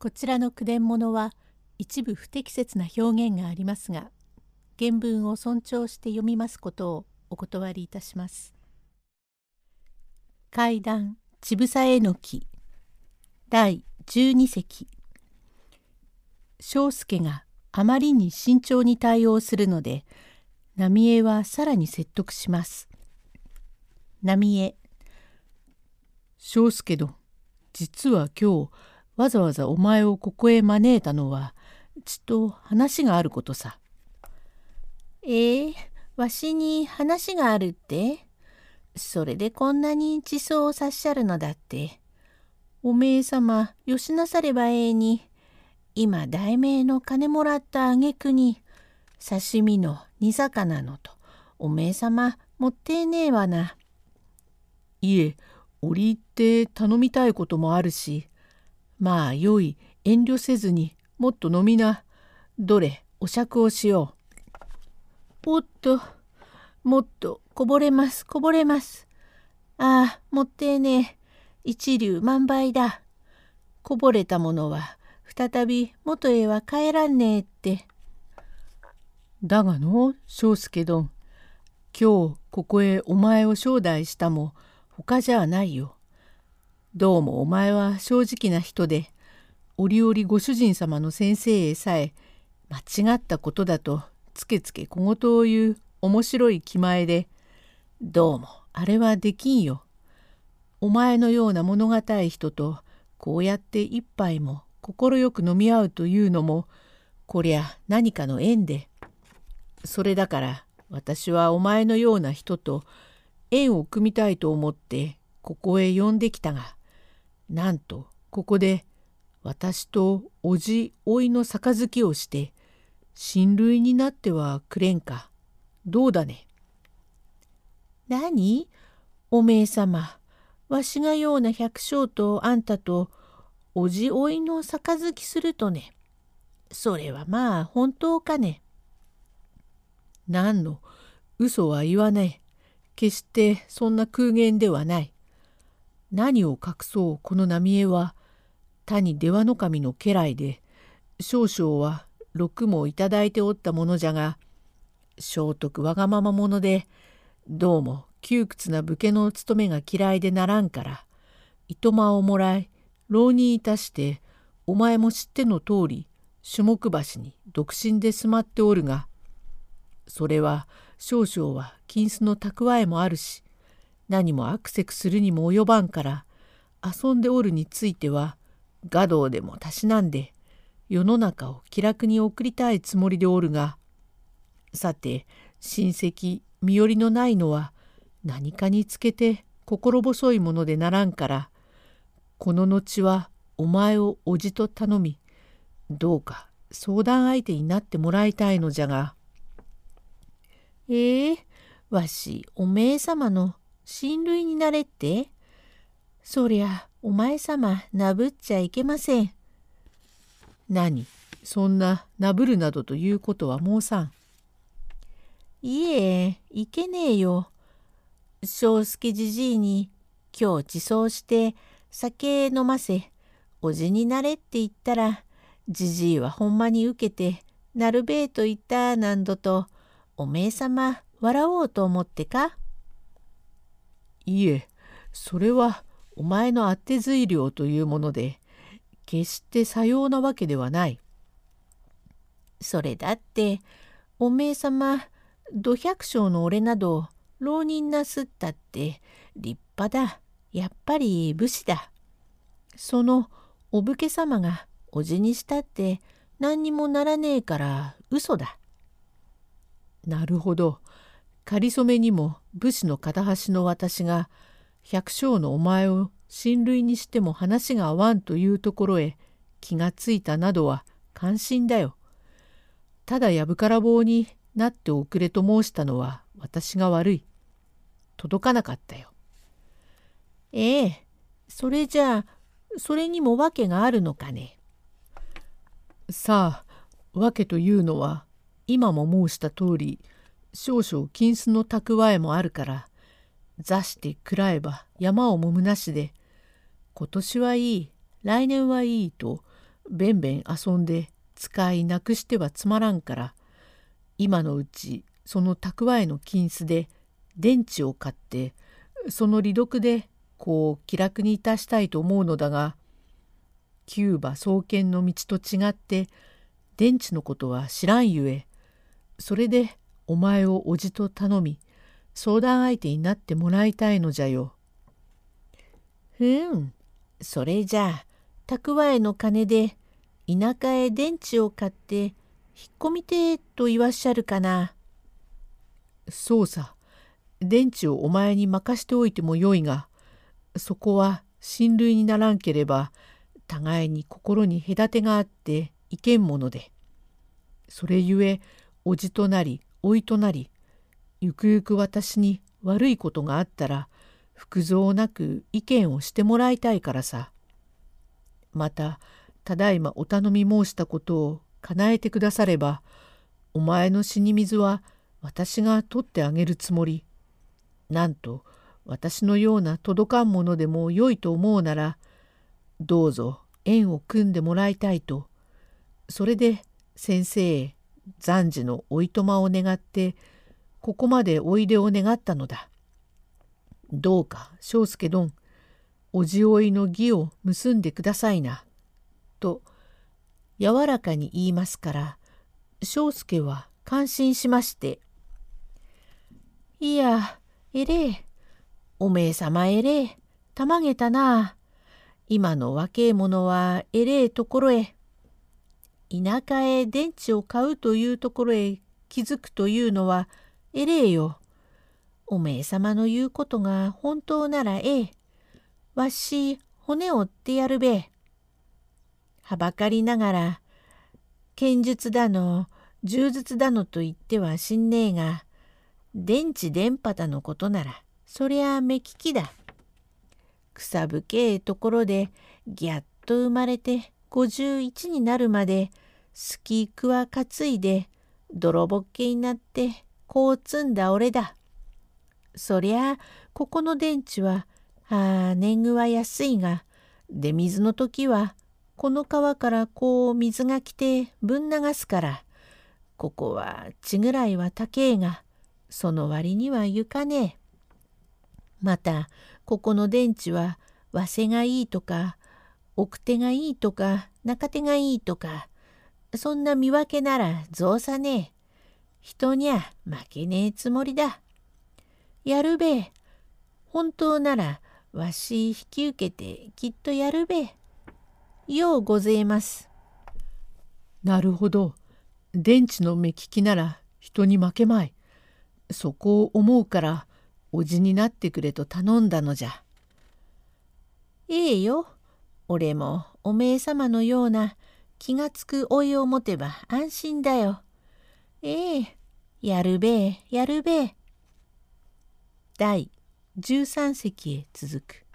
こちらの句伝物は一部不適切な表現がありますが、原文を尊重して読みますことをお断りいたします。怪談ちぶさえのき第12席。庄助があまりに慎重に対応するので、浪江はさらに説得します。浪江。 庄助殿、実は今日わざわざお前をここへ招いたのはちと話があることさ。 わしに話があるって？それでこんなに地層をさっしゃるのだって。おめえ様よしなさればええに。今大名の金もらったあげくに刺身の煮魚のとおめえ様もってねえわな。 いえ、折り入って頼みたいこともあるし、まあよい、遠慮せずにもっと飲みな。どれお酌をしよう。おっと、もっとこぼれますこぼれます。ああ、もってねえ。一粒万倍だ。こぼれたものは再び元へは帰らんねえって。 だがの庄助殿、今日ここへお前を招待したも他じゃないよ。どうもお前は正直な人で、折々ご主人様の先生へさえ間違ったことだとつけつけ小言を言う面白い気前で、どうもあれはできんよ。お前のような物堅い人とこうやって一杯も快く飲み合うというのも、こりゃ何かの縁で。それだから私はお前のような人と縁を組みたいと思ってここへ呼んできたが、なんとここで私とおじおいの杯をして親類になってはくれんか。どうだね。 何？おめえ様、わしがような百姓とあんたとおじおいの杯するとね。それはまあ本当かね。 何の嘘は言わねえ。決してそんな空言ではない。何を隠そうこの浪江は他に出羽守の家来で、少々は禄もいただいておったものじゃが、聖徳わがまま者で、どうも窮屈な武家の務めが嫌いでならんから、いとまをもらい浪人いたして、お前も知っての通り種目橋に独身で住まっておるが、それは少々は金子の蓄えもあるし、何もあくせくするにも及ばんから、遊んでおるについては画道でもたしなんで世の中を気楽に送りたいつもりでおるが、さて親戚身寄りのないのは何かにつけて心細いものでならんから、この後はお前をおじと頼み、どうか相談相手になってもらいたいのじゃが。 わしおめえ様の親類になれって？そりゃお前様なぶっちゃいけません。 何、そんななぶるなどということは申さん。 いえ、いけねえよ。庄助じじいに今日馳走して酒飲ませ、おじになれって言ったら、じじいはほんまに受けてなるべえと言ったなんどと、おめえ様笑おうと思ってか？ いえ、それはお前のあてずい量というもので、決してさようなわけではない。 それだっておめえ様ど百姓の俺など浪人なすったって立派だ。やっぱり武士だ。そのお武家様がおじにしたって何にもならねえから嘘だ。 なるほど。かりそめにも武士の片端の私が百姓のお前を親類にしても話が合わんというところへ気がついたなどは感心だよ。ただやぶから棒になっておくれと申したのは私が悪い。届かなかったよ。 それじゃあそれにも訳があるのかね。 さあ、訳というのは今も申した通り、少々金子の蓄えもあるから、座して食らえば山をもむなしで、今年はいい、来年はいいとべんべん遊んで使いなくしてはつまらんから、今のうちその蓄えの金子で電池を買って、その利得でこう気楽にいたしたいと思うのだが、キューバ創建の道と違って電池のことは知らんゆえ、それでお前をおじと頼み、相談相手になってもらいたいのじゃよ。 それじゃあ蓄えの金で田舎へ電池を買って引っ込みてと言わっしゃるかな。 そうさ、電池をお前に任しておいてもよいが、そこは親類にならんければ互いに心に隔てがあっていけんもので、それゆえおじとなりおいとなり、ゆくゆく私に悪いことがあったら腹蔵なく意見をしてもらいたいからさ。またただいまお頼み申したことを叶えてくだされば、お前の死に水は私が取ってあげるつもり。なんと私のような届かんものでもよいと思うなら、どうぞ縁を組んでもらいたいと、それで先生へ暫時のおいとまを願ってここまでおいでを願ったのだ。どうか庄助どん、おじおいの義を結んでくださいな」と柔らかに言いますから、庄助は感心しまして「 いやえれえ、おめえさまえれえ、たまげたな。今の若え者はえれえところへ、田舎へ電池を買うというところへ気づくというのはえれえよ。おめえさまの言うことが本当ならええ。わし骨折ってやるべ。はばかりながら剣術だの柔術だのと言ってはしんねえが、電池電波だのことならそりゃ目利きだ。草深えところでぎゃっと生まれて51になるまでスキークは担いで泥ぼっけになってこう積んだ俺だ。そりゃここの電池は年貢は安いが、出水の時はこの川からこう水が来てぶん流すから、ここは地ぐらいは高えが、その割には行かねえ。またここの電池は早生がいいとか奥手がいいとか中手がいいとか、そんな見分けなら造作ねえ。人にゃ負けねえつもりだ。やるべえ。本当ならわし引き受けてきっとやるべえ。ようごぜえます。 なるほど。電池の目利きなら人に負けまい。そこを思うからおじになってくれと頼んだのじゃ。 ええよ。俺もおめえさまのような気がつくおいを持てば安心だよ。ええ、やるべえやるべえ。第13席へ続く。